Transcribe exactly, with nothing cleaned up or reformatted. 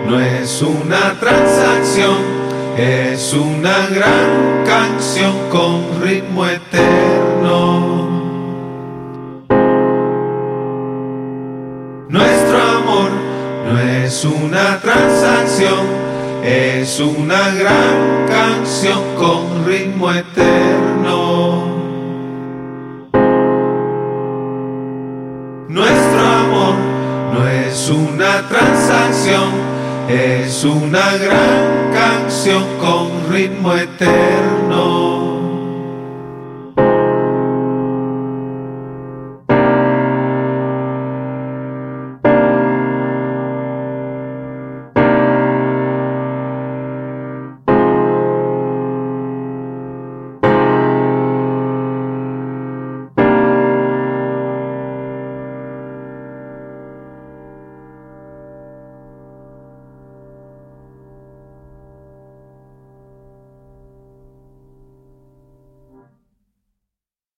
no es una transacción, es una gran canción con ritmo eterno. Nuestro amor no es una transacción, es una gran canción con ritmo eterno. Nuestro amor no es una transacción, es una gran canción con ritmo eterno.